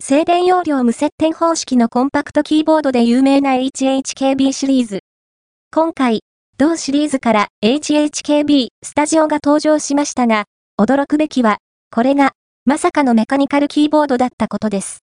静電容量無接点方式のコンパクトキーボードで有名な HHKB シリーズ。今回、同シリーズから HHKB スタジオが登場しましたが、驚くべきは、これが、まさかのメカニカルキーボードだったことです。